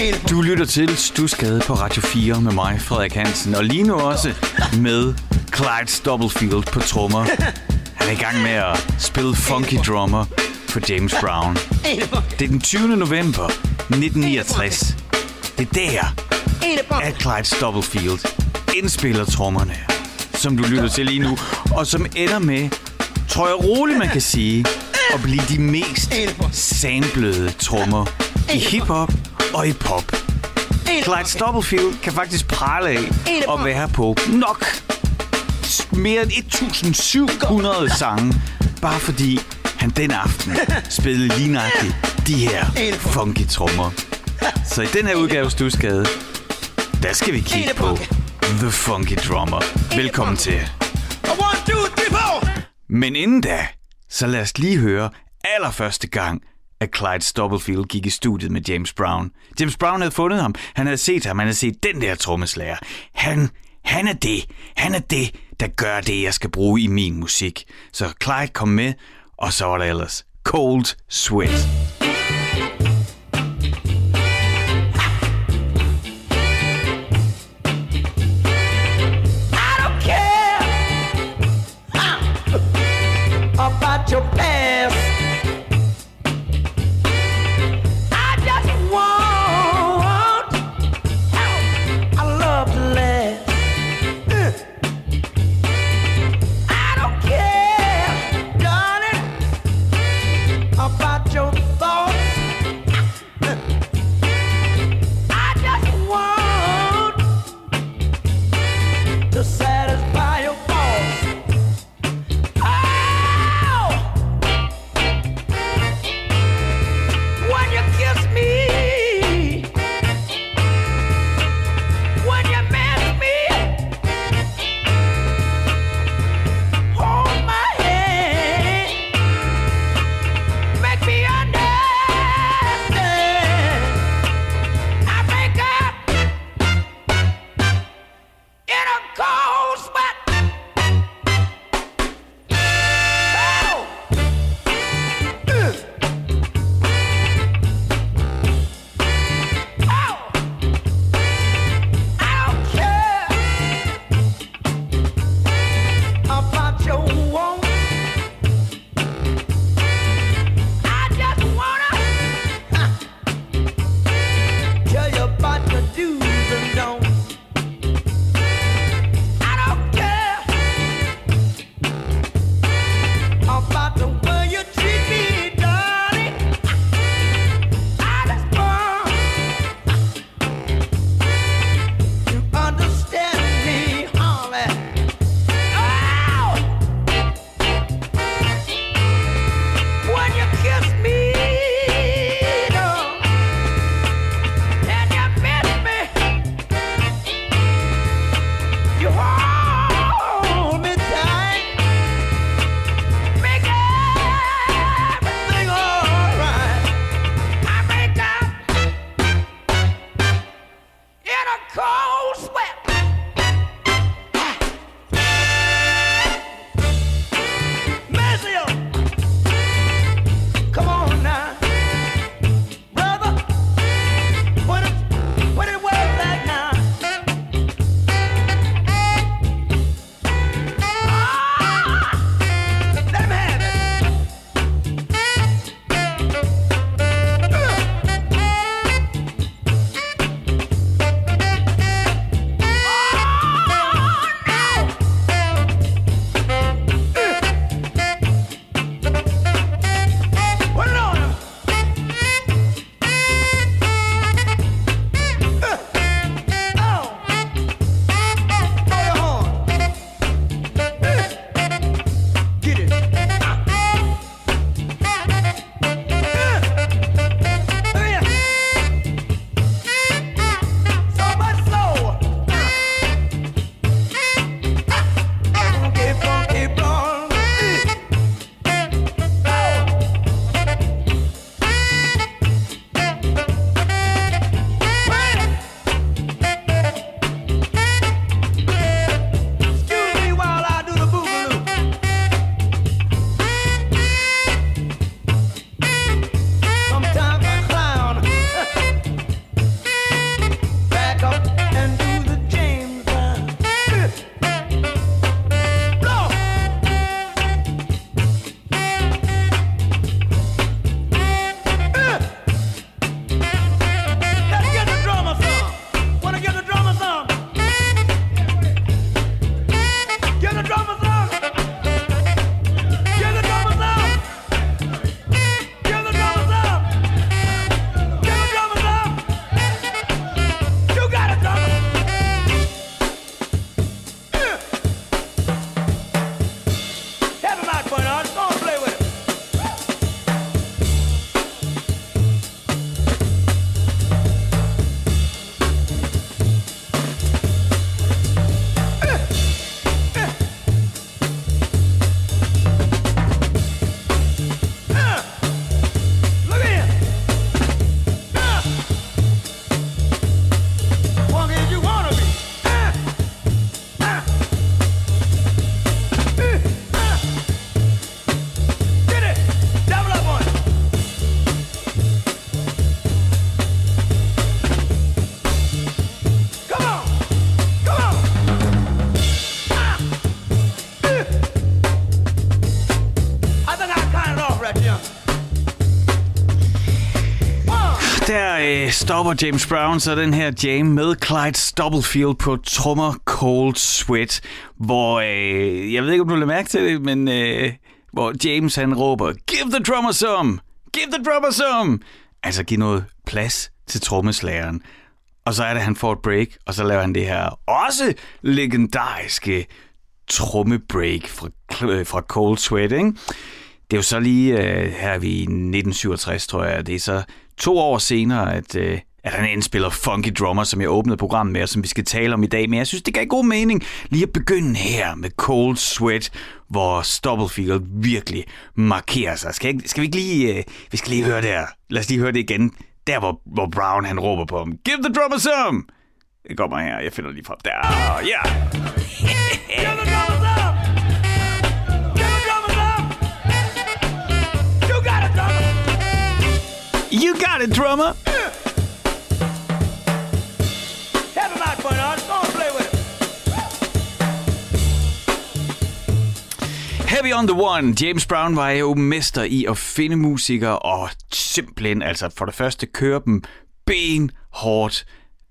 Du lytter til Studsgade på Radio 4 med mig, Frederik Hansen, og lige nu også med Clyde Stubblefield på trommer. Han er i gang med at spille funky drummer for James Brown. Det er den 20. november 1969. Det er der, at Clyde Stubblefield indspiller trommerne, som du lytter til lige nu, og som ender med, tror jeg roligt man kan sige, at blive de mest samplede trommer i hiphop og i pop. Clyde Stubblefield kan faktisk prale af at være på nok mere end 1700 sange, bare fordi han den aften spillede lige nøjagtigt de her funky trommer. Så i den her udgave af Studsgade, der skal vi kigge på The Funky Drummer. Velkommen til. Men inden da, så lad os lige høre allerførste gang, at Clyde Stubblefield gik i studiet med James Brown. James Brown havde fundet ham. Han havde set ham. Han havde set den der trommeslager. Han er det, der gør det, jeg skal bruge i min musik. Så Clyde kom med, og så var der ellers Cold Sweat. About your past, I just want our love to last. I don't care, darling, about your thoughts. Der stopper James Brown så den her jam med Clyde Stubblefield på trommer Cold Sweat, hvor jeg ved ikke, om du lader mærke til det, men hvor James han råber, give the drummer some! Give the drummer some! Altså giv noget plads til trommeslageren. Og så er det, han får et break, og så laver han det her også legendariske trommebreak fra Cold Sweat, ikke? Det er jo så lige her er vi i 1967, tror jeg. Det er så 2 år senere, at han indspiller Funky Drummer, som jeg åbnede programmet med, og som vi skal tale om i dag. Men jeg synes, det gav god mening lige at begynde her med Cold Sweat, hvor Stubblefield virkelig markerer sig. Skal vi ikke lige... vi skal lige høre det her. Lad os lige høre det igen. Der, hvor Brown han råber på ham. Give the drummer some! Det kommer her. Jeg finder lige frem. Der. Ja! Give the drummer some! Give the drummer some! You got it, drummer! You got it, drummer! Have a mic point on. Go and play with it. Heavy on the One. James Brown var jo mester i at finde musikere og simpelthen, altså for det første, køre dem benhårdt.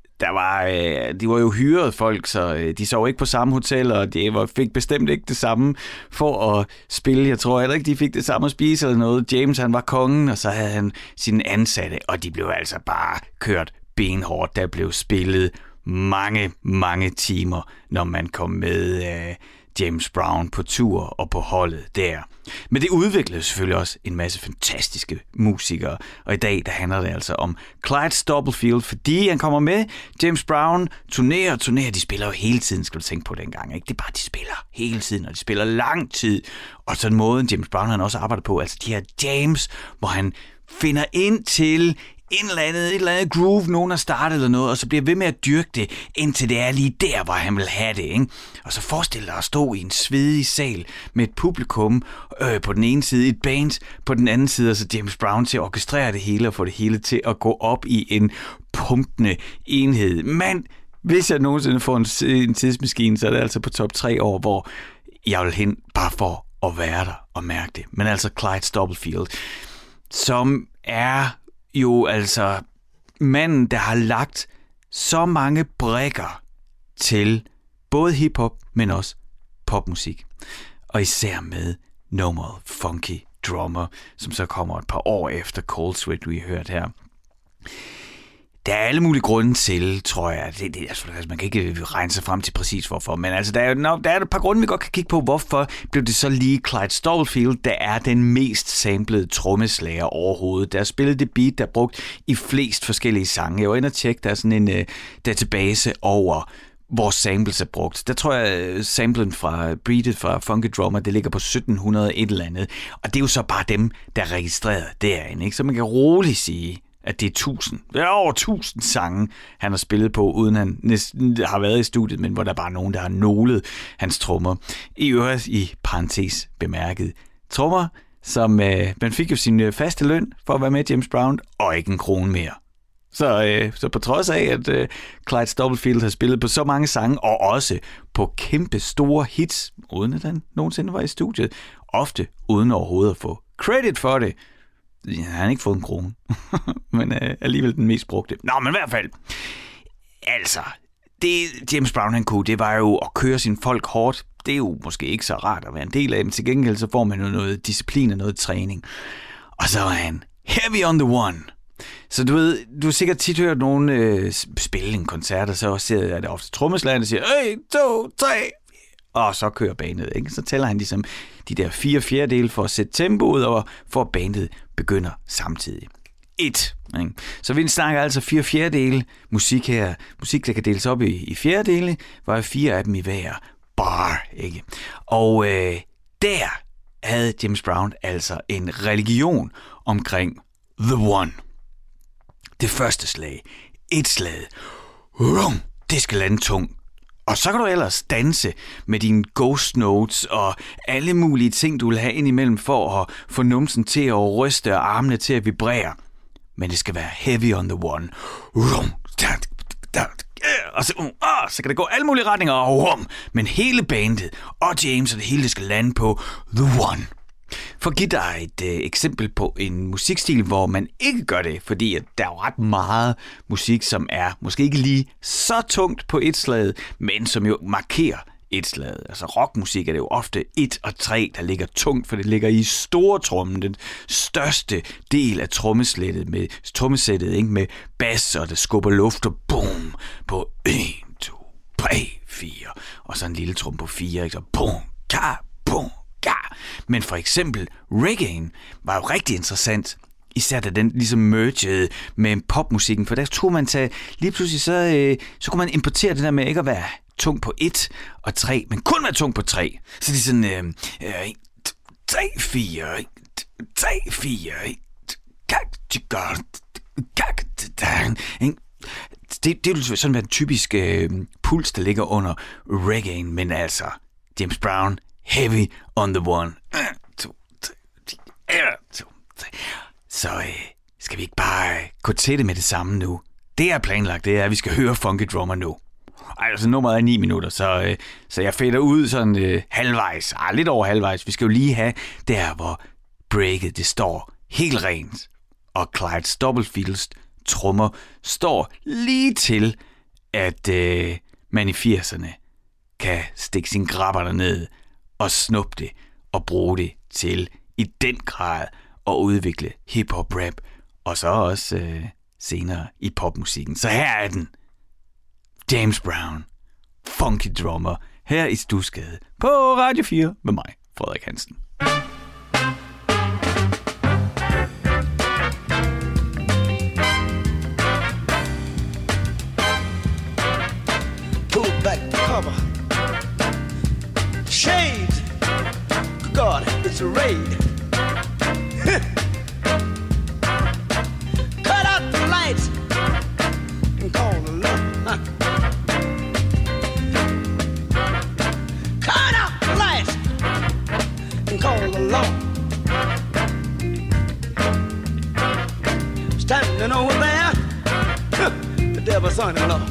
De var jo hyrede folk, så de sov ikke på samme hotel, og de fik bestemt ikke det samme for at spille. Jeg tror heller ikke, de fik det samme at spise eller noget. James, han var kongen, og så havde han sine ansatte, og de blev altså bare kørt benhårdt. Der blev spillet mange, mange timer, når man kom med James Brown på tur og på holdet der. Men det udviklede selvfølgelig også en masse fantastiske musikere, og i dag der handler det altså om Clyde Stubblefield, fordi han kommer med. James Brown turnerer, de spiller jo hele tiden, skal du tænke på dengang, ikke? Det er bare, de spiller hele tiden, og de spiller lang tid, og sådan måden James Brown han også arbejder på, altså de her jams, hvor han finder ind til et eller andet groove, nogen har startet eller noget, og så bliver ved med at dyrke det, indtil det er lige der, hvor han vil have det, ikke? Og så forestil dig at stå i en svedig sal med et publikum på den ene side, et band på den anden side, og så James Brown til at orkestrere det hele og få det hele til at gå op i en pumpende enhed. Men hvis jeg nogensinde får en tidsmaskine, så er det altså på top 3 år, hvor jeg vil hen bare for at være der og mærke det. Men altså Clyde Stubblefield, som er jo altså manden, der har lagt så mange brikker til både hiphop, men også popmusik. Og især med nummeret Funky Drummer, som så kommer et par år efter Cold Sweat, vi har hørt her. Der er alle mulige grunde til, tror jeg. Altså, man kan ikke regne sig frem til præcis hvorfor, men altså, der er et par grunde, vi godt kan kigge på, hvorfor blev det så lige Clyde Stubblefield, der er den mest samplede trommeslager overhovedet. Der er spillet det beat, der er brugt i flest forskellige sange. Jeg var inde og tjekke, der er sådan en database over, hvor samples er brugt. Der tror jeg, samplen fra Beat fra Funky Drummer, det ligger på 1700 et eller andet. Og det er jo så bare dem, der er registreret derinde, ikke? Så man kan roligt sige, at det er 1000. Det er over 1000 sange, han har spillet på, uden han næsten har været i studiet, men hvor der bare er nogen, der har nålet hans trommer. I øvrigt, i parentes bemærket, trommer, som man fik jo sin faste løn for at være med James Brown, og ikke en krone mere. Så på trods af, at Clyde Stubblefield har spillet på så mange sange, og også på kæmpe store hits, uden at han nogensinde var i studiet, ofte uden overhovedet at få credit for det, han har ikke fået en krone, men alligevel den mest brugte. Nå, men i hvert fald, altså, det James Brown han kunne, det var jo at køre sine folk hårdt. Det er jo måske ikke så rart at være en del af, men til gengæld så får man jo noget disciplin og noget træning. Og så er han heavy on the one. Så du har sikkert tit hørt nogen spille en koncert, og så er det ofte trommeslageren, der siger, 1, 2, 3, og så kører bandet, ikke? Så tæller han ligesom de der 4/4 for at sætte tempoet, og for at bandet begynder samtidig. 1. Ikke? Så vi snakker altså 4/4 musik her. Musik, der kan deles op i fjerdedele, var 4 af dem i hver bar, ikke? Og der havde James Brown altså en religion omkring The One. Det første slag. Et slag. Det skal lande tungt. Og så kan du ellers danse med dine ghost notes og alle mulige ting, du vil have indimellem for at få numsen til at ryste og armene til at vibrere. Men det skal være heavy on the one. Og så kan det gå alle mulige retninger. Men hele bandet og James og det hele skal lande på The One. For at give dig et eksempel på en musikstil, hvor man ikke gør det, fordi at der er jo ret meget musik, som er måske ikke lige så tungt på et slag, men som jo markerer et slag. Altså rockmusik er det jo ofte 1 og 3, der ligger tungt, for det ligger i stortrommen, den største del af trommesættet, ikke? Med bas, og det skubber luft og boom på 1, 2, 3, 4, og så en lille trum på 4, ikke? Så boom, ka, boom. Ja, men for eksempel reggae'en var jo rigtig interessant, især da den ligesom mergede med popmusikken, for der tog man lige pludselig så kunne man importere det der med ikke at være tung på 1 og 3, men kun være tung på 3. Så det er sådan 3, 4, 3, 4, det vil sådan være en typisk puls, der ligger under reggae'en, men altså James Brown, heavy on the 1, 2, 3. Så skal vi ikke bare gå til det med det samme nu? Det er planlagt, det er, at vi skal høre Funky Drummer nu. Altså nummeret er 9 minutter, så jeg fader ud sådan halvvejs. Lidt over halvvejs. Vi skal jo lige have der, hvor breaket det står helt rent. Og Clyde Stubblefields trommer står lige til, at man i 80'erne kan stikke sine grabber derned og snuppe det og bruge det til i den grad at udvikle hip-hop-rap, og så også senere i popmusikken. Så her er den. James Brown, Funky Drummer, her i Stusgade på Radio 4 med mig, Frederik Hansen. Pull back the cover. Shade. God, it's a raid. Cut out the lights and call the law. Cut out the lights and call the law. Standing over there, the devil's son-in-law.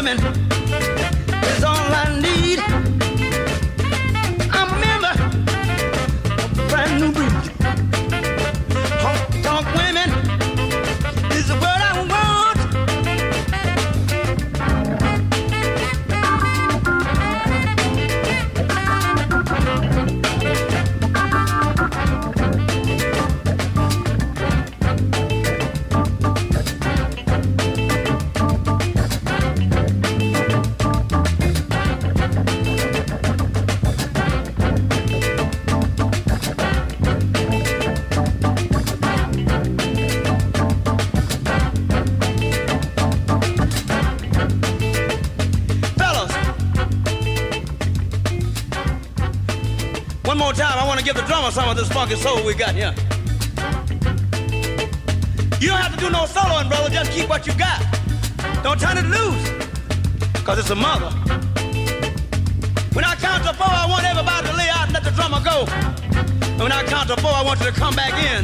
women is all I need. I'm a member of a brand new breed. Honky-tonk women is the word I want. One more time, I want to give the drummer some of this funky soul we got here. You don't have to do no soloing, brother. Just keep what you got. Don't turn it loose, because it's a mother. When I count to 4, I want everybody to lay out and let the drummer go. And when I count to 4, I want you to come back in.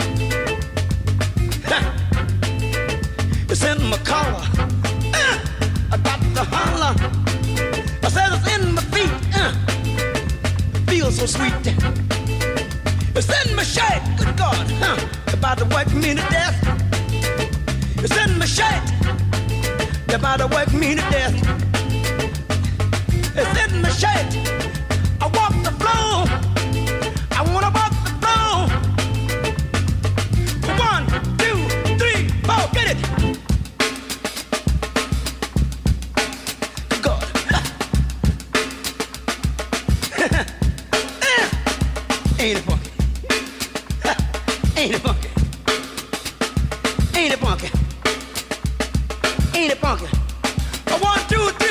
It's in my collar. I got to holler. I said it's in my feet. Feels so sweet. It's in my shirt. Good God. About to work me to death. It's in my shirt. They're about to work me to death. It's in my shirt. I walk the floor. I wanna walk the floor. 1, 2, 3, 4, get it. God. Ain't it funky? Ain't it funky? Ain't it funky? Ain't it funky? 1, 2, 3,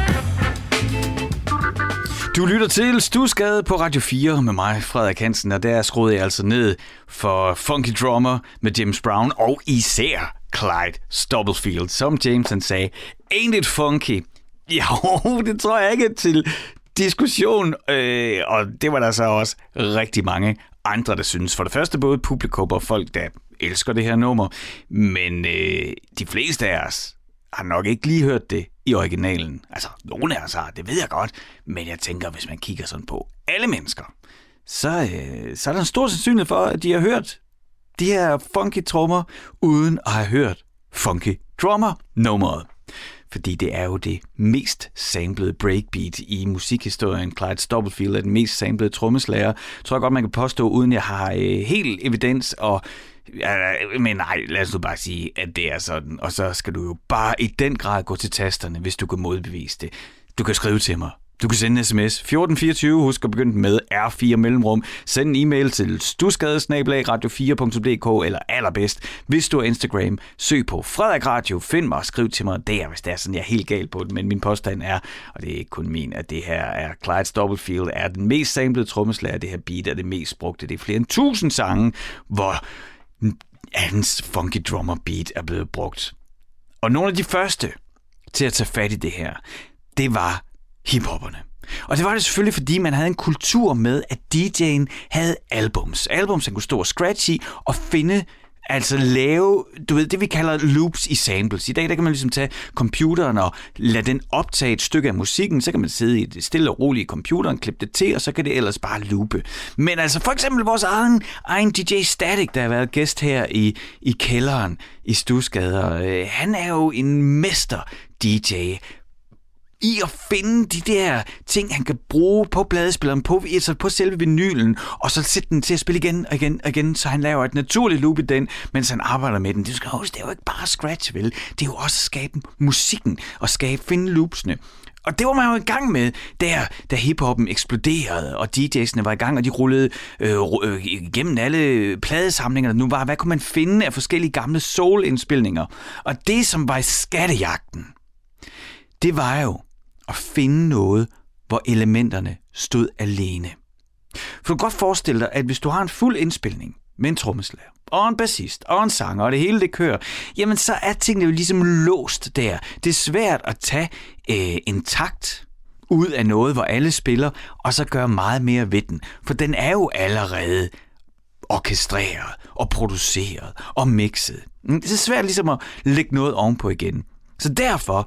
4. Du lytter til Studsgade på Radio 4 med mig, Frederik Hansen, og der skruede jeg altså ned for Funky Drummer med James Brown og især Clyde Stubblefield. Som James han sagde, ain't it funky? Jo, det tror jeg ikke til diskussion, og det var der så også rigtig mange andre, der synes. For det første både publikum og folk, der elsker det her nummer, men de fleste af os har nok ikke lige hørt det i originalen. Altså, nogle af os har, det ved jeg godt, men jeg tænker, hvis man kigger sådan på alle mennesker, så er der en stor sandsynlighed for, at de har hørt de her funky trommer, uden at have hørt Funky Drummer-nummeret. Fordi det er jo det mest samplede breakbeat i musikhistorien. Clyde Stubblefield er den mest samplede trommeslager. Tror jeg godt, man kan påstå, uden jeg har helt evidens. Men nej, lad os nu bare sige, at det er sådan. Og så skal du jo bare i den grad gå til tasterne, hvis du kan modbevise det. Du kan skrive til mig. Du kan sende en sms 1424, husk at begynde med R4 mellemrum. Send en e-mail til studsgade@radio4.dk eller allerbedst, hvis du er Instagram, søg på Frederik Radio, find mig og skriv til mig der, hvis det er sådan, jeg er helt gal på det. Men min påstand er, og det er ikke kun min, at det her er Clyde Stubblefield, er den mest samplede trommeslager, det her beat er det mest brugte. Det er flere end 1000 sange, hvor hans funky drummer beat er blevet brugt. Og nogle af de første til at tage fat i det her, det var hiphopperne. Og det var det selvfølgelig, fordi man havde en kultur med, at DJ'en havde albums. Albums, han kunne stå og scratch i og finde, altså lave, du ved, det vi kalder loops i samples. I dag, der kan man ligesom tage computeren og lade den optage et stykke af musikken, så kan man sidde i det stille og roligt i computeren, klippe det til, og så kan det ellers bare loope. Men altså for eksempel vores egen DJ Static, der har været gæst her i kælderen i Studsgade, han er jo en mester DJ i at finde de der ting, han kan bruge på pladespilleren, på selve vinylen, og så sætte den til at spille igen og igen og igen, så han laver et naturligt loop i den, mens han arbejder med den. Det skal huske, det er jo ikke bare scratch, vel? Det er jo også at skabe musikken og finde loopsene. Og det var man jo i gang med, da hiphoppen eksploderede, og DJ'sene var i gang, og de rullede igennem alle pladesamlinger. Nu var, hvad kunne man finde af forskellige gamle soul-indspilninger? Og det, som var i skattejagten, det var jo at finde noget, hvor elementerne stod alene. For du kan godt forestille dig, at hvis du har en fuld indspilning med en trommeslager, og en bassist, og en sanger, og det hele det kører, jamen så er tingene jo ligesom låst der. Det er svært at tage en takt ud af noget, hvor alle spiller, og så gøre meget mere ved den. For den er jo allerede orkestreret, og produceret, og mixet. Det er svært ligesom at lægge noget ovenpå igen. Så derfor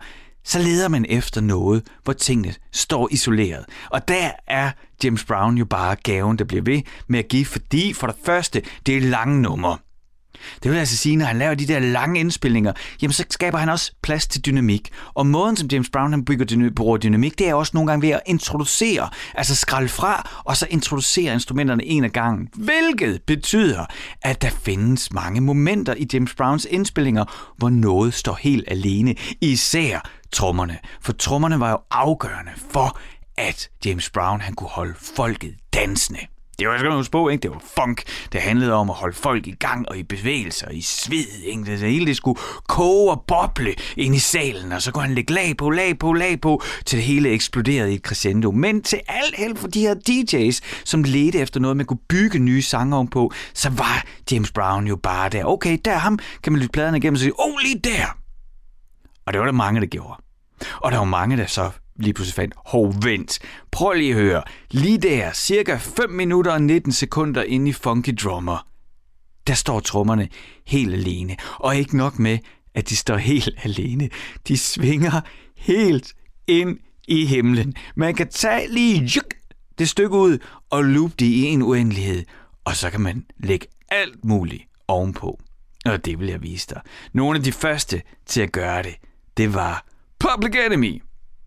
så leder man efter noget, hvor tingene står isoleret. Og der er James Brown jo bare gaven, der bliver ved med at give, fordi for det første, det er lange numre. Det vil altså sige, når han laver de der lange indspilninger, jamen så skaber han også plads til dynamik. Og måden, som James Brown han bruger dynamik, det er også nogle gange ved at introducere, altså skralde fra, og så introducere instrumenterne en af gangen. Hvilket betyder, at der findes mange momenter i James Browns indspillinger, hvor noget står helt alene, især trommerne. For trommerne var jo afgørende for, at James Brown han kunne holde folket dansende. Det var jeg skal huske på, ikke? Det var funk. Det handlede om at holde folk i gang og i bevægelser, i sved, ikke? Det hele det skulle koge og boble ind i salen, og så kunne han lægge lag på, til det hele eksploderede i et crescendo. Men til alt held for de her DJ's, som ledte efter noget, man kunne bygge nye sange om på, så var James Brown jo bare der. Okay, der ham kan man lytte pladerne igennem og sige, lige der! Og det var der mange, der gjorde. Og der var mange, der så lige pludselig fandt, vent. Prøv lige at høre. Lige der, cirka 5 minutter og 19 sekunder inde i Funky Drummer, der står trommerne helt alene. Og ikke nok med, at de står helt alene. De svinger helt ind i himlen. Man kan tage lige det stykke ud og loop det i en uendelighed. Og så kan man lægge alt muligt ovenpå. Og det vil jeg vise dig. Nogle af de første til at gøre det, det var Public Enemy.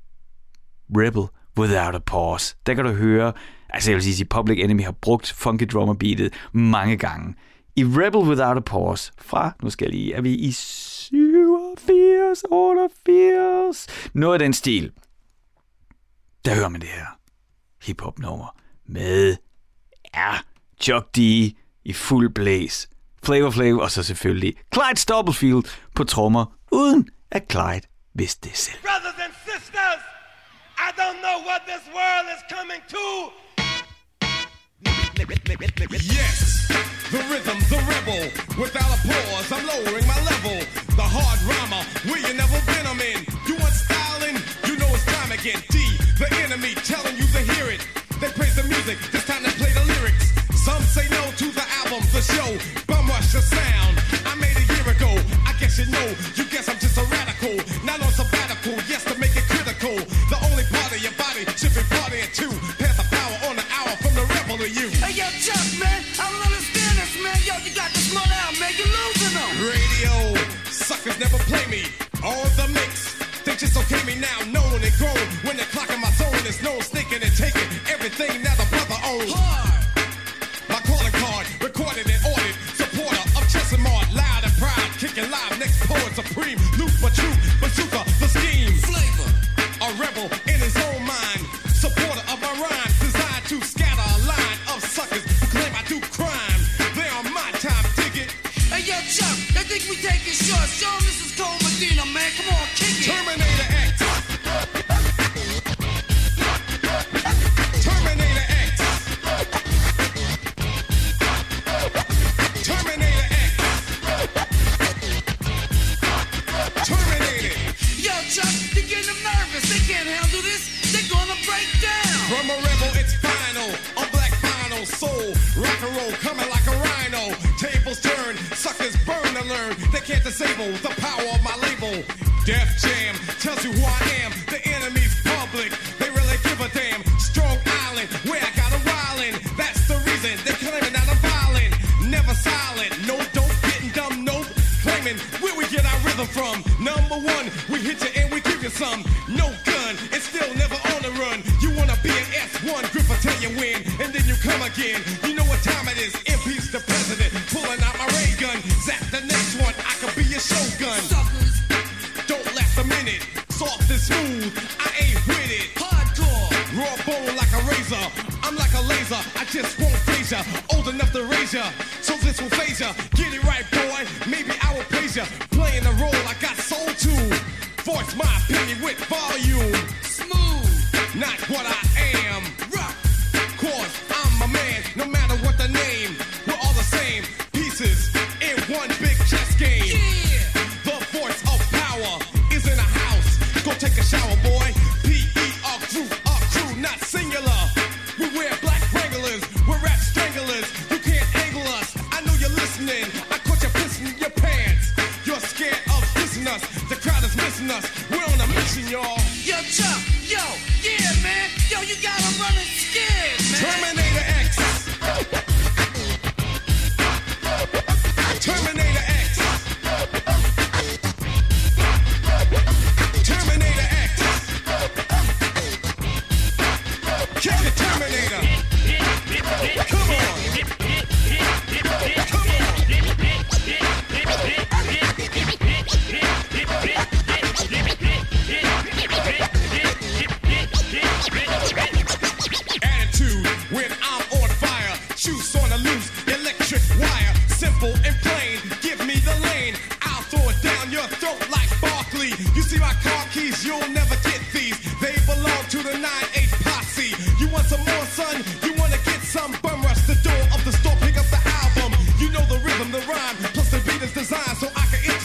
Rebel Without a Pause. Der kan du høre, altså jeg vil sige, at Public Enemy har brugt Funky Drummer beatet mange gange. I Rebel Without a Pause fra, nu skal jeg lige, er vi i 87, 88, noget af den stil. Der hører man det her hip-hop nummer med Chuck D i fuld blæs, Flavor Flav og så selvfølgelig Clyde Stubblefield på trommer, uden at Clyde vidste det selv. Brothers and sisters, I don't know what this world is coming to. Yes, the rhythm, the rebel. Without a pause, I'm lowering my level. The hard rhymer, where you never been, I'm in. You want styling? You know it's time again. D, the enemy, telling you to hear it. They praise the music, it's time to play the lyrics. Some say no to the album, the show. Bum rush the sound. I made a year ago. I guess you know. You guess I'm just a radical. Not on sabbatical. Yes, to make it critical. The only part of your body should be partying too. Pass the power on the hour from the rebel to you. Hey, yo, Chuck, man, I don't understand this, man. Yo, you got this money out, man. You're losing them. Radio suckers never play me. All the mix. They just okay me now, known and grown. When the clock in my zone is known, sneaking and taking everything that the brother owns. My calling card, recorded and ordered. Supporter of Chesimard, loud and proud. Kicking live, next poet supreme. Loop but true, bazooka, the scheme. Flavor, a rebel in his own mind. Supporter of my rhyme, designed to scatter a line of suckers who claim I do crime. They on my time, dig it. Hey, yo, Chuck, they think we take it short. Show them this is Cole Medina, man. Come on, kick it. Terminator X. Terminator X. Terminator X. Terminated. Yo, Chuck, they getting them nervous. They can't handle this. They're gonna break down. From a rebel, it's final. A black final soul. Rock and roll coming like a rhino. Tables turn, suckers burn to learn. They can't disable the power of my label. Def Jam tells you who I am. The enemy's public. They really give a damn. Strong Island, where I got a wildin'. That's the reason they claiming that I'm violent. Never silent. No dope, getting dumb, nope. Claiming where we get our rhythm from. Number one, we hit you and we give you some. No gun, it's still never on the run. You wanna be an S1, grip tell you win, and then you come again. You know what time it is. Impeach the president, pulling out my ray gun. Zap the next one, I could be your shogun. Suckers, Don't last a minute, soft and smooth, I ain't with it. hardcore. Raw bone like a razor, I'm like a laser, I just won't phase ya. Old enough to raise ya, so this will phase ya. Get it right, boy, maybe I will praise ya. Playing the role I got soul to. Voice my opinion with volume. Smooth. Not what I am. Rock. Cause I'm a man, no matter what the name. We're all the same, pieces in one big chess game. Yeah. The voice of power is in a house. Go take a shower, boy. P.E. our crew, not singular. We wear black Wranglers, we're rap stranglers. You can't angle us, I know you're listening. I caught you pissing in your pants. You're scared of dissing us, the crowd is missing us. We're on a mission, yo.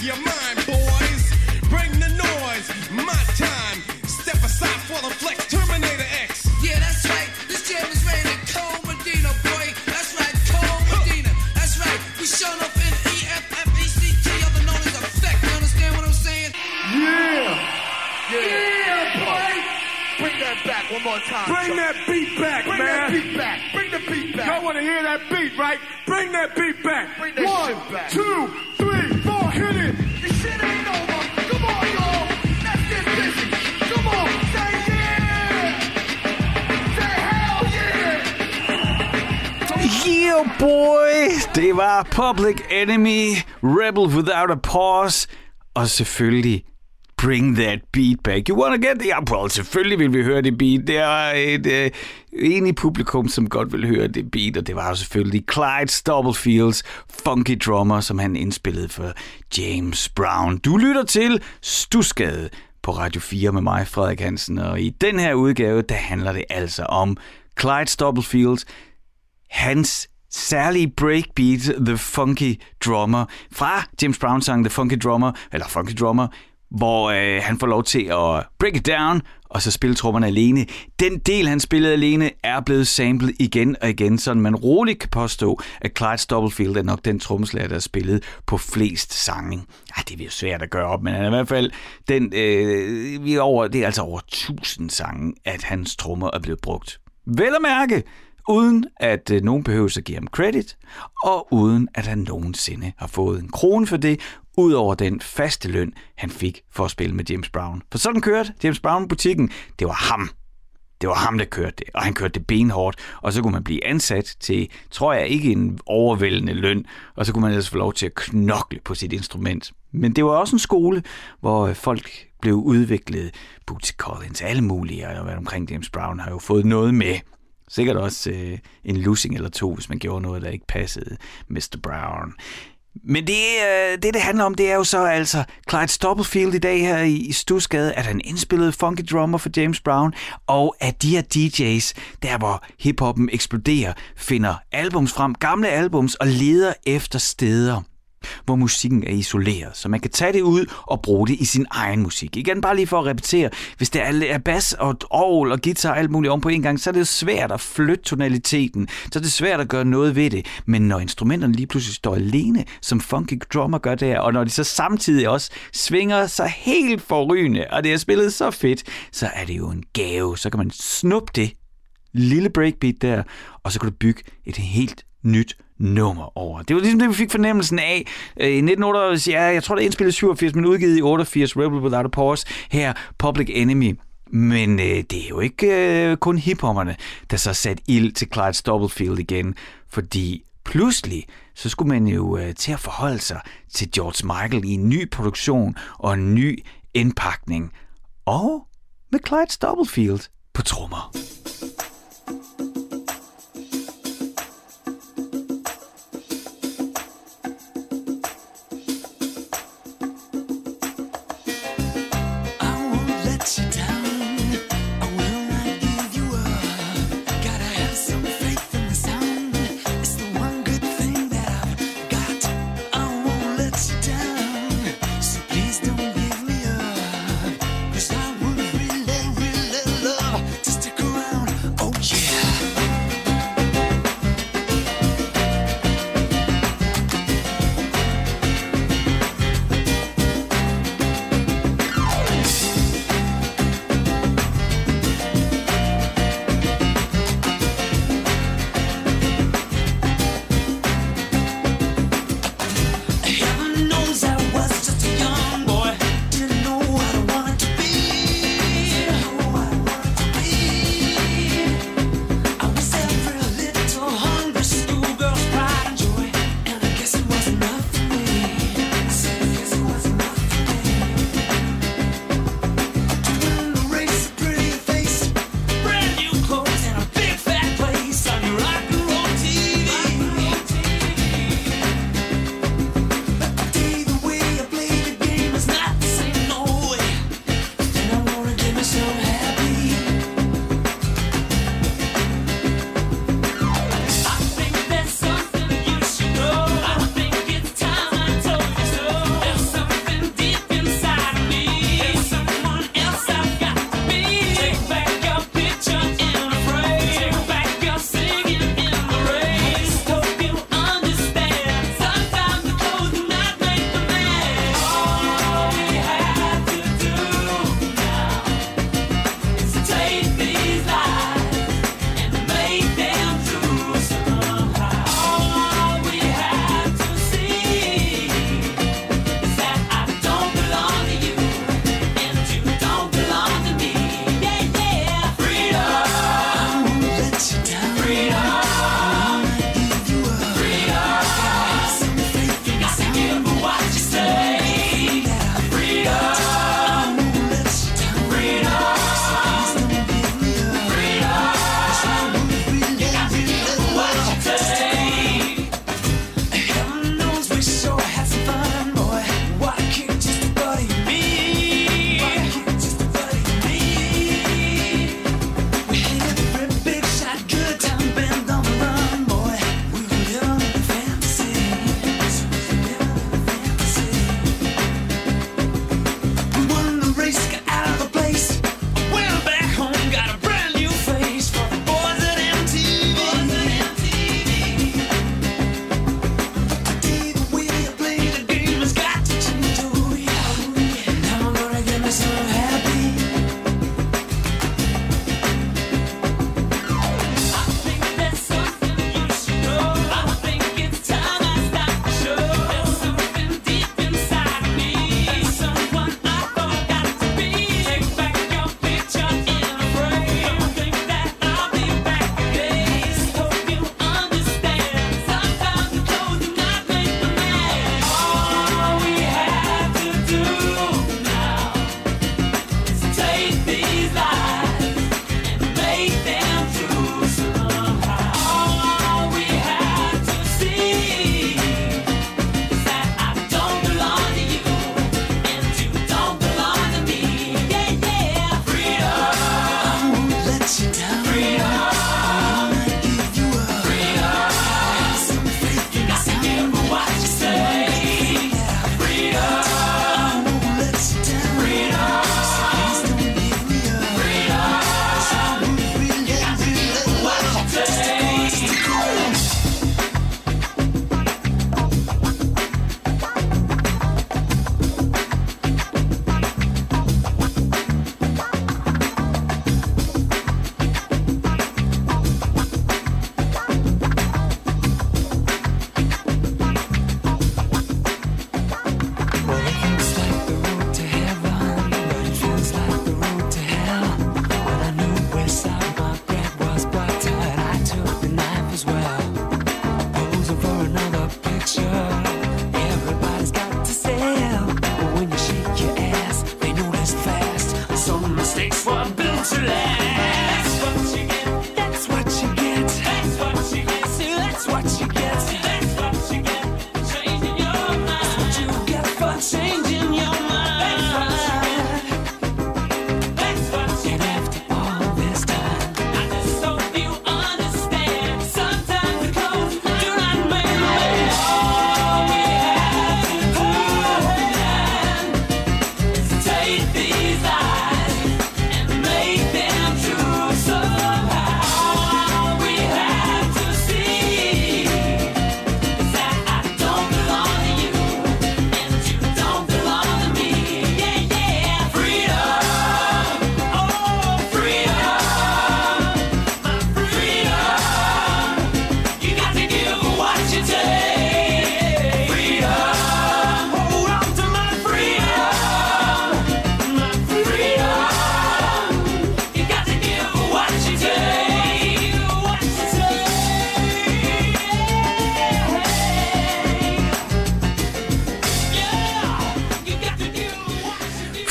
your mind, boys. Bring the noise, my time. Step aside for the flex, Terminator X. Yeah, that's right. This jam is raining Cole Medina, boy. That's right, Cole Medina. That's right. We showing up in EFFECT, other known as Effect. You understand what I'm saying? Yeah, boy. Bring that back one more time. Bring that beat back, Bring man. that beat back. Bring the beat back. Y'all want to hear that beat, right? Bring that beat back. Bring that 1, shit back. 2, 3, 4, hit it. This shit ain't over. Come on, y'all. Let's get busy. Come on. Say yeah. Say hell yeah. Yeah, boy! Det var Public Enemy, Rebel Without a Pause, og selvfølgelig Bring That Beat Back. You wanna get the... Ja, well, selvfølgelig vil vi høre det beat. Det er et enigt publikum, som godt vil høre det beat, og det var jo selvfølgelig Clyde Stubblefields Funky Drummer, som han indspillede for James Brown. Du lytter til Stusgade på Radio 4 med mig, Frederik Hansen, og i den her udgave, der handler det altså om Clyde Stubblefields, hans særlige breakbeat, The Funky Drummer, fra James Brown-sangen The Funky Drummer, eller Funky Drummer, hvor han får lov til at break it down, og så spille trommerne alene. Den del, han spillede alene, er blevet samlet igen og igen, så man roligt kan påstå, at Clyde Stubblefield er nok den trommeslager, der har spillet på flest sange. Det er jo svært at gøre op, men han er i hvert fald den, det er altså over 1000 sange, at hans trommer er blevet brugt. Vel at mærke, uden at nogen behøver at give ham credit, og uden at han nogensinde har fået en krone for det, udover den faste løn, han fik for at spille med James Brown. For sådan kørte James Brown-butikken. Det var ham. Det var ham, der kørte det, og han kørte det benhårdt, og så kunne man blive ansat til, tror jeg, ikke en overvældende løn, og så kunne man ellers få lov til at knokle på sit instrument. Men det var også en skole, hvor folk blev udviklet. Bootsy Collins, alle mulige, og været omkring James Brown, har jo fået noget med. Sikkert også en losing eller to, hvis man gjorde noget, der ikke passede Mr. Brown. Men det handler om, det er jo så altså Clyde Stubblefield i dag her i Stusgade, at han indspillede Funky Drummer for James Brown, og at de her DJ's, der hvor hiphoppen eksploderer, finder albums frem, gamle albums, og leder efter steder, hvor musikken er isoleret, så man kan tage det ud og bruge det i sin egen musik. Igen bare lige for at repetere, hvis der er bas og orgel og guitar og alt muligt om på en gang, så er det jo svært at flytte tonaliteten, så er det svært at gøre noget ved det. Men når instrumenterne lige pludselig står alene, som Funky Drummer gør der, og når de så samtidig også svinger sig helt forrygende, og det er spillet så fedt, så er det jo en gave. Så kan man snuppe det lille breakbeat der, og så kan du bygge et helt nyt nummer over. Det var ligesom det, vi fik fornemmelsen af i 1988, jeg tror det er indspillet 87, men udgivet i 88, Rebel Without a Pause, her Public Enemy. Men det er jo ikke kun hiphopperne, der så sat ild til Clyde Stubblefield igen, fordi pludselig så skulle man jo til at forholde sig til George Michael i en ny produktion og en ny indpakning. Og med Clyde Stubblefield på trommer. Just to go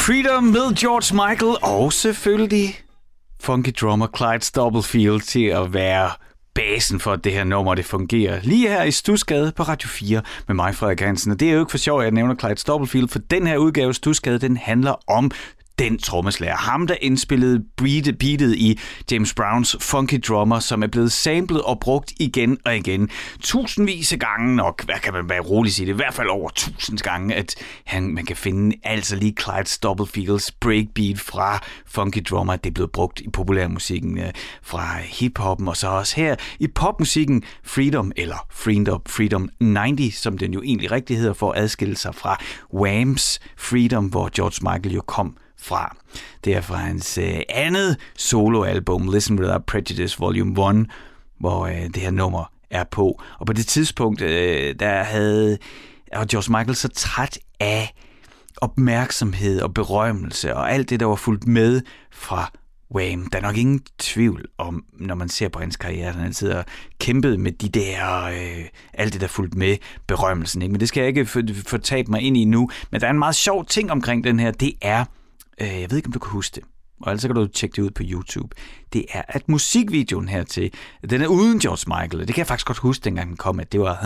Freedom med George Michael, og selvfølgelig funky drummer Clyde Stubblefield til at være basen for, at det her nummer det fungerer. Lige her i Studsgade på Radio 4 med mig, Frederik Hansen. Og det er jo ikke for sjov, at jeg nævner Clyde Stubblefield, for den her udgave af Studsgade, den handler om den trommeslager. Ham, der indspillede beatet i James Browns Funky Drummer, som er blevet samlet og brugt igen og igen. Tusindvis af gange nok, hvad kan man være roligt sige det, i hvert fald over 1000 gange, at man kan finde altså lige Clyde Stubblefields breakbeat fra Funky Drummer. Det er blevet brugt i populærmusikken fra hiphoppen, og så også her i popmusikken Freedom, eller Freedom 90, som den jo egentlig rigtig hedder, for at adskille sig fra Wham's Freedom, hvor George Michael jo kom fra. Det er fra hans andet soloalbum, Listen Without Prejudice Volume 1, hvor det her nummer er på. Og på det tidspunkt, der var George Michael så træt af opmærksomhed og berømmelse og alt det, der var fulgt med fra Wham. Der er nok ingen tvivl om, når man ser på hans karriere, at han altid har kæmpet med de der, alt det, der fulgt med berømmelsen. Ikke? Men det skal jeg ikke fortabe mig ind i nu. Men der er en meget sjov ting omkring den her, det er, jeg ved ikke, om du kan huske det, og ellers kan du tjekke det ud på YouTube. Det er, at musikvideoen hertil, den er uden George Michael. Det kan jeg faktisk godt huske, dengang den kom, at det var,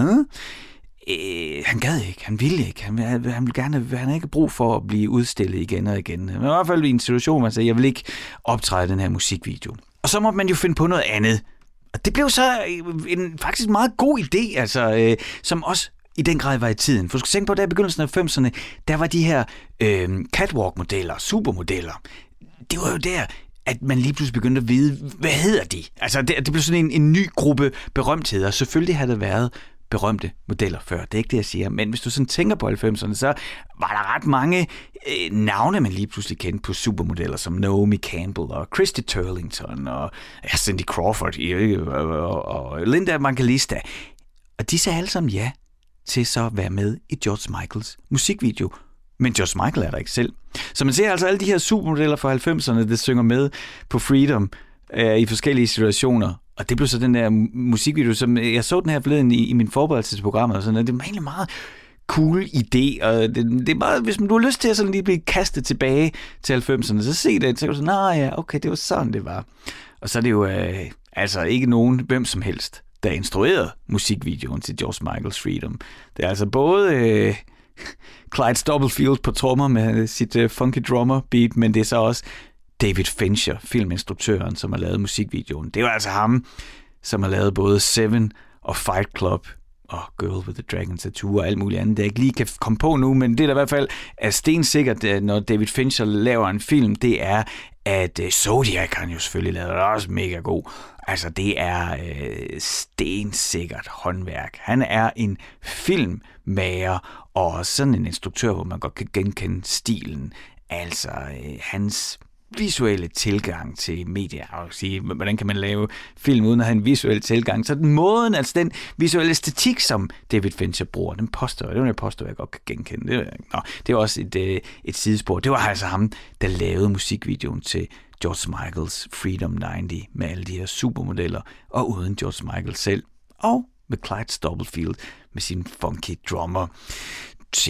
han gad ikke, han ville ikke, han ville gerne, han havde ikke brug for at blive udstillet igen og igen. Men i hvert fald i en situation, hvor man sagde, jeg vil ikke optræde den her musikvideo. Og så må man jo finde på noget andet. Og det blev så en faktisk meget god idé, altså, som også i den grad var i tiden. For du skal tænke på, at der i begyndelsen af 90'erne, der var de her catwalk-modeller, supermodeller. Det var jo der, at man lige pludselig begyndte at vide, hvad hedder de? Altså, det blev sådan en ny gruppe berømtheder. Selvfølgelig havde der været berømte modeller før. Det er ikke det, jeg siger. Men hvis du sådan tænker på 90'erne, så var der ret mange navne, man lige pludselig kendte på supermodeller, som Naomi Campbell og Christy Turlington og Cindy Crawford og Linda Evangelista. Og de sagde alle sammen ja til så at være med i George Michaels musikvideo. Men George Michael er der ikke selv. Så man ser altså alle de her supermodeller fra 90'erne, der synger med på Freedom i forskellige situationer. Og det blev så den der musikvideo, som jeg så den her forleden i min forberedelse til programmet, og sådan noget. Det var egentlig meget cool idé, og det er meget, hvis du har lyst til at sådan lige blive kastet tilbage til 90'erne, så se det, så kan du sådan, ja, okay, det var sådan, det var. Og så er det jo altså ikke nogen, hvem som helst, der instruerede musikvideoen til George Michaels Freedom. Det er altså både Clyde Stubblefield på trommer med sit funky drummer beat, men det er så også David Fincher, filminstruktøren, som har lavet musikvideoen. Det er jo altså ham, som har lavet både Seven og Fight Club og Girl with the Dragon Tattoo og alt muligt andet, det jeg ikke lige kan komme på nu, men det der i hvert fald er stensikkert, når David Fincher laver en film, det er, at Zodiac han jo selvfølgelig lavet, og er også mega god. Altså, det er stensikkert håndværk. Han er en filmmager og sådan en instruktør, hvor man godt kan genkende stilen. Altså, hans visuelle tilgang til medier, og sige, hvordan kan man lave film uden at have en visuel tilgang, så den måden, altså den visuelle æstetik, som David Fincher bruger, den påstår jeg godt kan genkende. Det er også et sidespor. Det var altså ham, der lavede musikvideoen til George Michaels Freedom 90 med alle de her supermodeller, og uden George Michael selv, og med Clyde Stubblefield med sin funky drummer. Tja,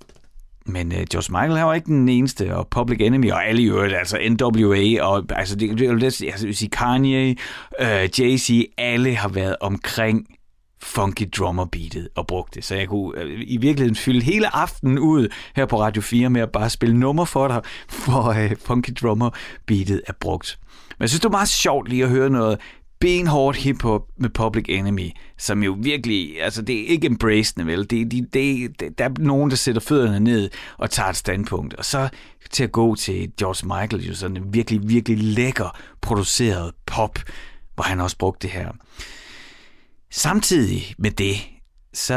men George Michael her var ikke den eneste, og Public Enemy og alle i øvrigt, altså NWA, og altså det vil sige Kanye, Jay-Z, alle har været omkring funky drummer beatet og brugt det. Så jeg kunne i virkeligheden fylde hele aftenen ud her på Radio 4 med at bare spille nummer for dig, hvor funky drummer beatet er brugt. Men jeg synes, det var meget sjovt lige at høre noget benhårdt hiphop med Public Enemy, som jo virkelig, altså det er ikke embracende, vel? Der er nogen, der sætter fødderne ned og tager et standpunkt. Og så til at gå til George Michael, jo sådan en virkelig, virkelig lækker produceret pop, hvor han også brugte det her. Samtidig med det, så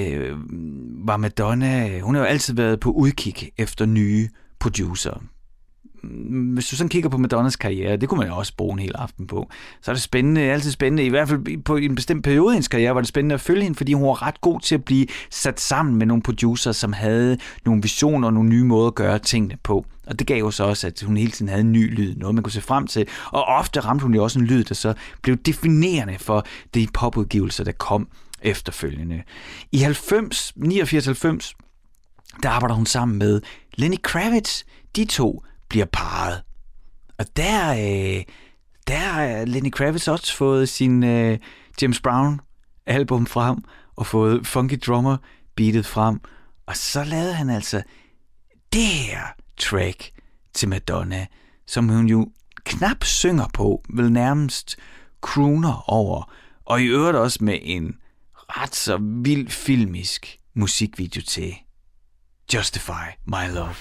var Madonna, hun har jo altid været på udkig efter nye producer. Hvis du sådan kigger på Madonnas karriere, det kunne man jo også bruge en hel aften på, så er det spændende, altid spændende, i hvert fald på en bestemt periode i hendes karriere, var det spændende at følge hende, fordi hun var ret god til at blive sat sammen med nogle producer, som havde nogle visioner og nogle nye måder at gøre tingene på. Og det gav jo så også, at hun hele tiden havde en ny lyd, noget man kunne se frem til. Og ofte ramte hun jo også en lyd, der så blev definerende for de popudgivelser, der kom efterfølgende. I 89-90, der arbejder hun sammen med Lenny Kravitz. De to bliver parret. Og der har Lenny Kravitz også fået sin James Brown album frem, og fået Funky Drummer beatet frem. Og så lavede han altså det her track til Madonna, som hun jo knap synger på, vel nærmest crooner over, og i øvrigt også med en ret så vild filmisk musikvideo til Justify My Love.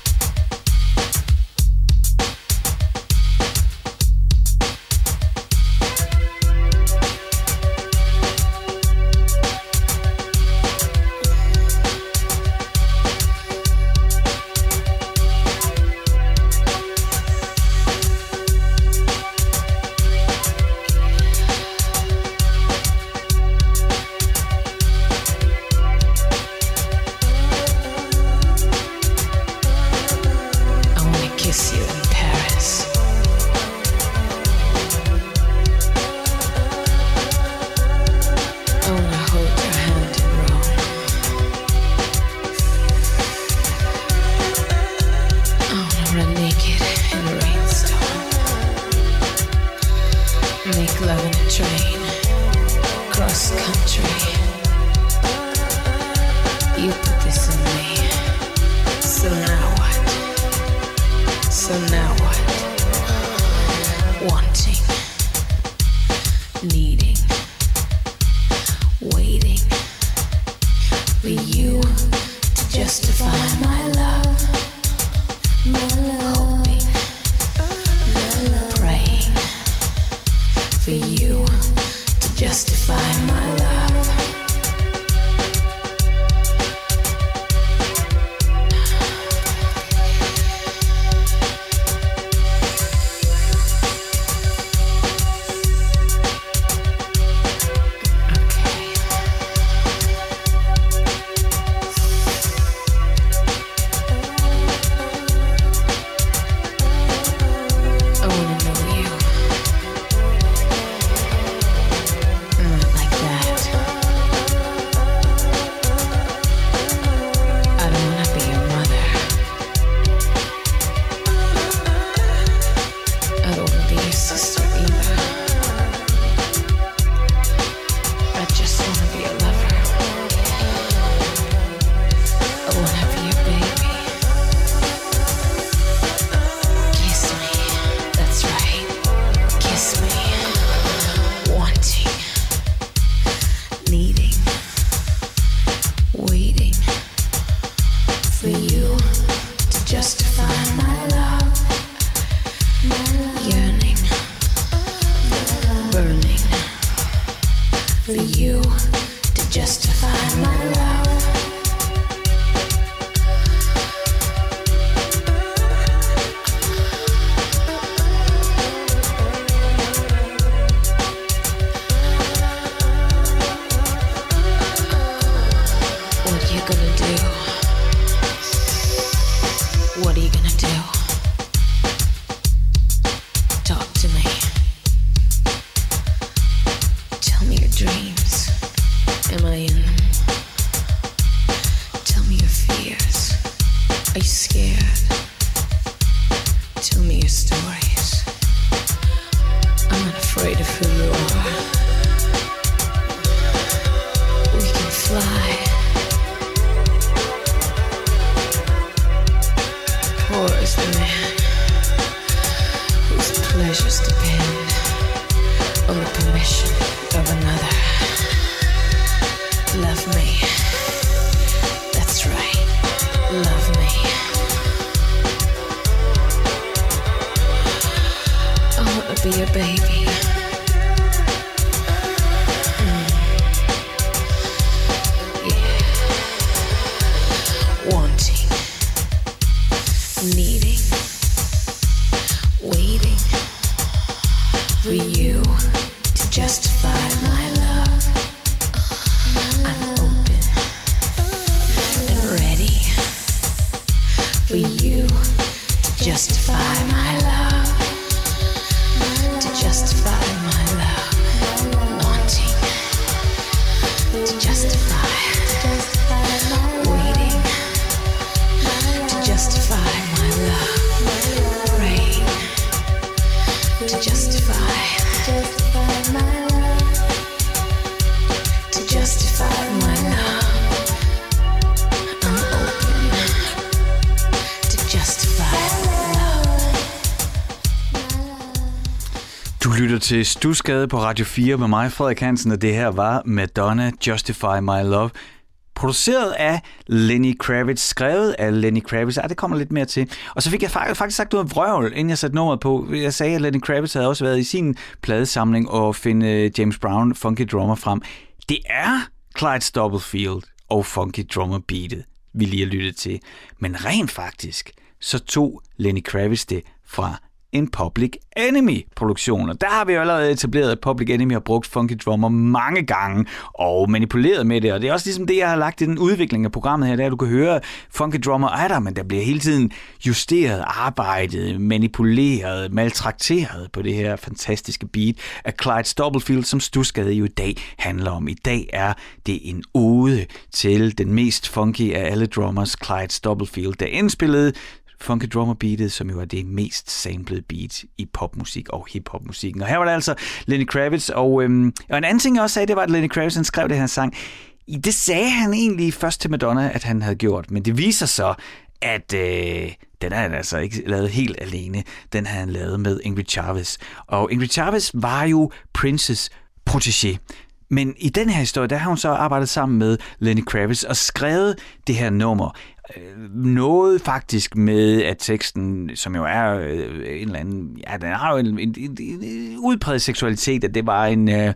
Du lytter til Stusgade på Radio 4 med mig, Frederik Hansen, og det her var Madonna, Justify My Love. Produceret af Lenny Kravitz, skrevet af Lenny Kravitz. Det kommer lidt mere til. Og så fik jeg faktisk sagt noget vrøvl, inden jeg satte nummeret på. Jeg sagde, at Lenny Kravitz havde også været i sin pladesamling og finde James Brown, Funky Drummer, frem. Det er Clyde Stubblefield og Funky Drummer beatet, vi lige har lyttet til. Men rent faktisk, så tog Lenny Kravitz det fra en Public Enemy-produktion. Og der har vi jo allerede etableret, at Public Enemy har brugt Funky Drummer mange gange og manipuleret med det. Og det er også ligesom det, jeg har lagt i den udvikling af programmet her, der du kan høre, Funky Drummer er der, men der bliver hele tiden justeret, arbejdet, manipuleret, maltrakteret på det her fantastiske beat af Clyde Stubblefield, som Stusgade jo i dag handler om. I dag er det en ode til den mest funky af alle drummers, Clyde Stubblefield, der indspillede Funky Drummer beatet, som jo er det mest samplede beat i popmusik og hiphopmusikken. Og her var det altså Lenny Kravitz, og en anden ting, jeg også sagde, det var, at Lenny Kravitz, han skrev det her sang. Det sagde han egentlig først til Madonna, at han havde gjort, men det viser så, at den er han altså ikke lavet helt alene. Den havde han lavet med Ingrid Chavez. Og Ingrid Chavez var jo Princes protégé. Men i den her historie, der har hun så arbejdet sammen med Lenny Kravitz og skrevet det her nummer. Noget faktisk med, at teksten, som jo er en eller anden, ja, den har jo en udpræget seksualitet, at det var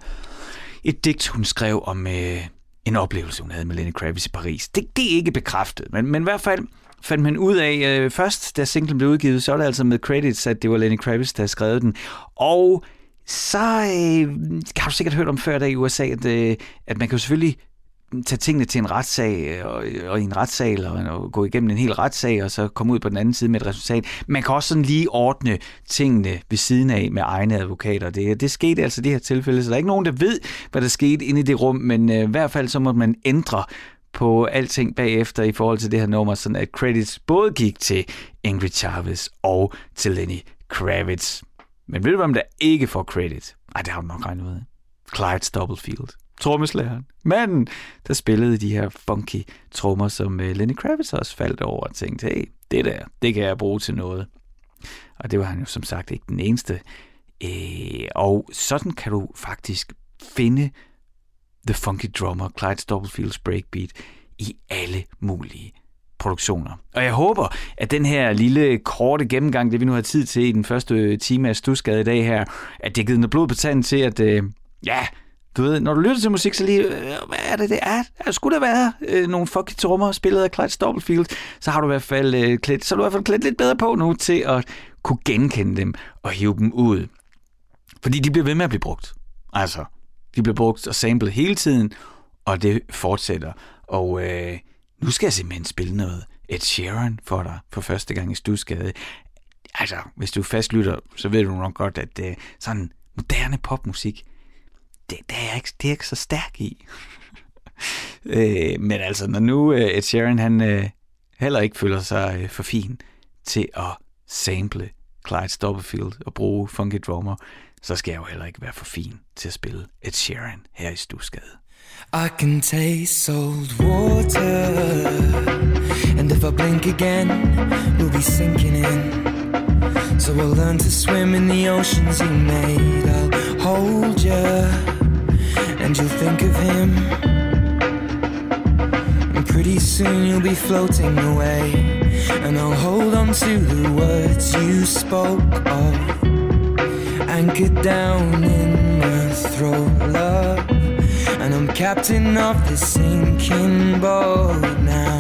et digt, hun skrev om en oplevelse, hun havde med Lenny Kravitz i Paris. Det er ikke bekræftet, men i hvert fald fandt man ud af, først da singlen blev udgivet, så var det altså med credits, at det var Lenny Kravitz, der havde skrevet den. Og så har du sikkert hørt om før der i USA, at man kan jo selvfølgelig tage tingene til en retssag, og i en retssal, og gå igennem en hel retssag, og så komme ud på den anden side med et resultat. Man kan også sådan lige ordne tingene ved siden af med egne advokater. Det skete altså i det her tilfælde, så der er ikke nogen, der ved, hvad der skete inde i det rum, men i hvert fald så må man ændre på alting bagefter i forhold til det her nummer, sådan at credits både gik til Ingrid Chavez og til Lenny Kravitz. Men ved du, hvem der ikke får credit? Ej, det har du nok regnet ud. Clyde Stubblefield. Trommeslageren. Manden, der spillede de her funky trommer, som Lenny Kravitz også faldt over og tænkte, hey, det kan jeg bruge til noget. Og det var han jo som sagt ikke den eneste. Og sådan kan du faktisk finde The Funky Drummer, Clyde Stubblefields breakbeat, i alle mulige produktioner. Og jeg håber, at den her lille korte gennemgang, det vi nu har tid til i den første time af Stusgade i dag her, at det har givet noget blod på tanden til, at du ved, når du lytter til musik, så lige, hvad er det er? Skulle der være nogle funky trommer spillet af Clyde Stubblefield, så har du i hvert fald klædt lidt bedre på nu til at kunne genkende dem og hive dem ud. Fordi de bliver ved med at blive brugt. Altså, de bliver brugt og samlet hele tiden, og det fortsætter. Og nu skal jeg simpelthen spille noget Ed Sheeran for dig for første gang i Stusgade. Altså, hvis du fastlytter, så ved du nok godt, at sådan moderne popmusik, det er jeg ikke så stærk i. Men altså, når nu Ed Sheeran, han heller ikke føler sig for fin til at sample Clyde Stubblefield og bruge Funky Drummer, så skal jeg jo heller ikke være for fin til at spille Ed Sheeran her i Stusgade. I can taste salt water, and if I blink again, we'll be sinking in. So I'll learn to swim in the oceans you made. I'll hold you, and you'll think of him. And pretty soon you'll be floating away, and I'll hold on to the words you spoke of, anchored down in my throat, love. And I'm captain of this sinking boat now,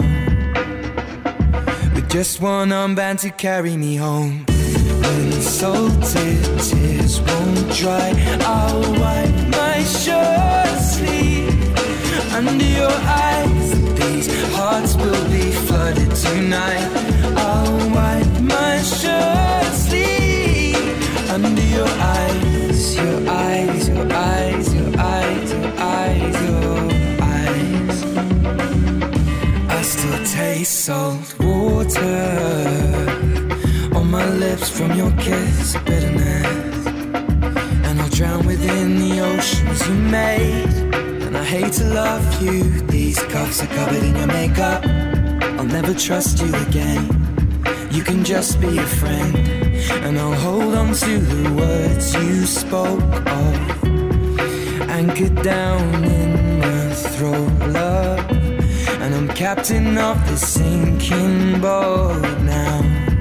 with just one armband to carry me home. When salted tears won't dry, I'll wipe my shirt sleeve under your eyes. These hearts will be flooded tonight. I'll wipe my shirt sleeve under your eyes, your eyes, your eyes, your eyes, your eyes, your eyes. I still taste salt water on my lips from your kiss of bitterness, and I'll drown within the oceans you made. And I hate to love you, these cuffs are covered in your makeup. I'll never trust you again. You can just be a friend, and I'll hold on to the words you spoke of, anchored down in my throat, love. And I'm captain of the sinking boat now,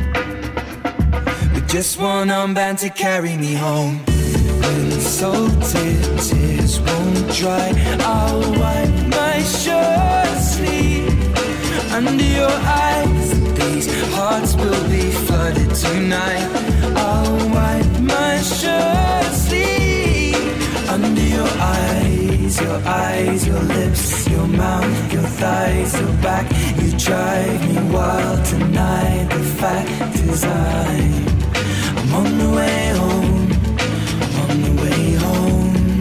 with just one armband to carry me home. When salted tears won't dry, I'll wipe my shirt sleeve under your eyes. These hearts will be flooded tonight. I'll wipe my shirt sleeve under your eyes, your lips, your mouth, your thighs, your back. You drive me wild tonight. The fact is I'm on the way home, on the way home.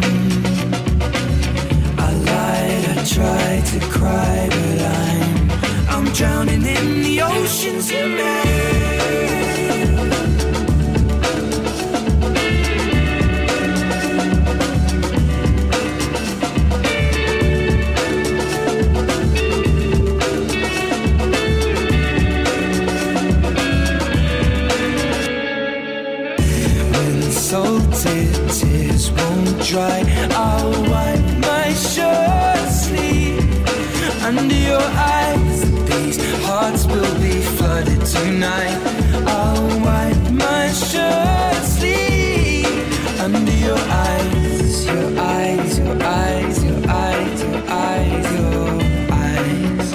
I lied, I tried to cry, but I'm drowning in the oceans you made. Salted tears won't dry. I'll wipe my shirt sleeve under your eyes. These hearts will be flooded tonight. I'll wipe my shirt sleeve under your eyes, your eyes, your eyes, your eyes, your eyes, your eyes.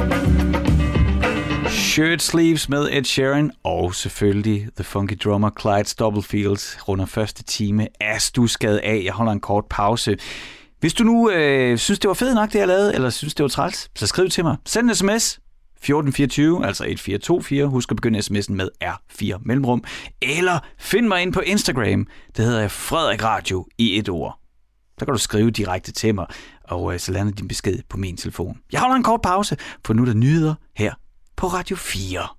Shirt Sleeves med Ed Sheeran og selvfølgelig The Funky Drummer Clyde Stubblefield runder første time af Studsgade af. Jeg holder en kort pause. Hvis du nu synes, det var fedt nok, det jeg lavede, eller synes, det var træls, så skriv til mig. Send en sms 1424, altså 1424. Husk at begynde sms'en med R4 mellemrum. Eller find mig ind på Instagram. Det hedder jeg Frederik Radio i et ord. Så kan du skrive direkte til mig, og så lander din besked på min telefon. Jeg holder en kort pause, for nu er der nyheder her på Radio 4.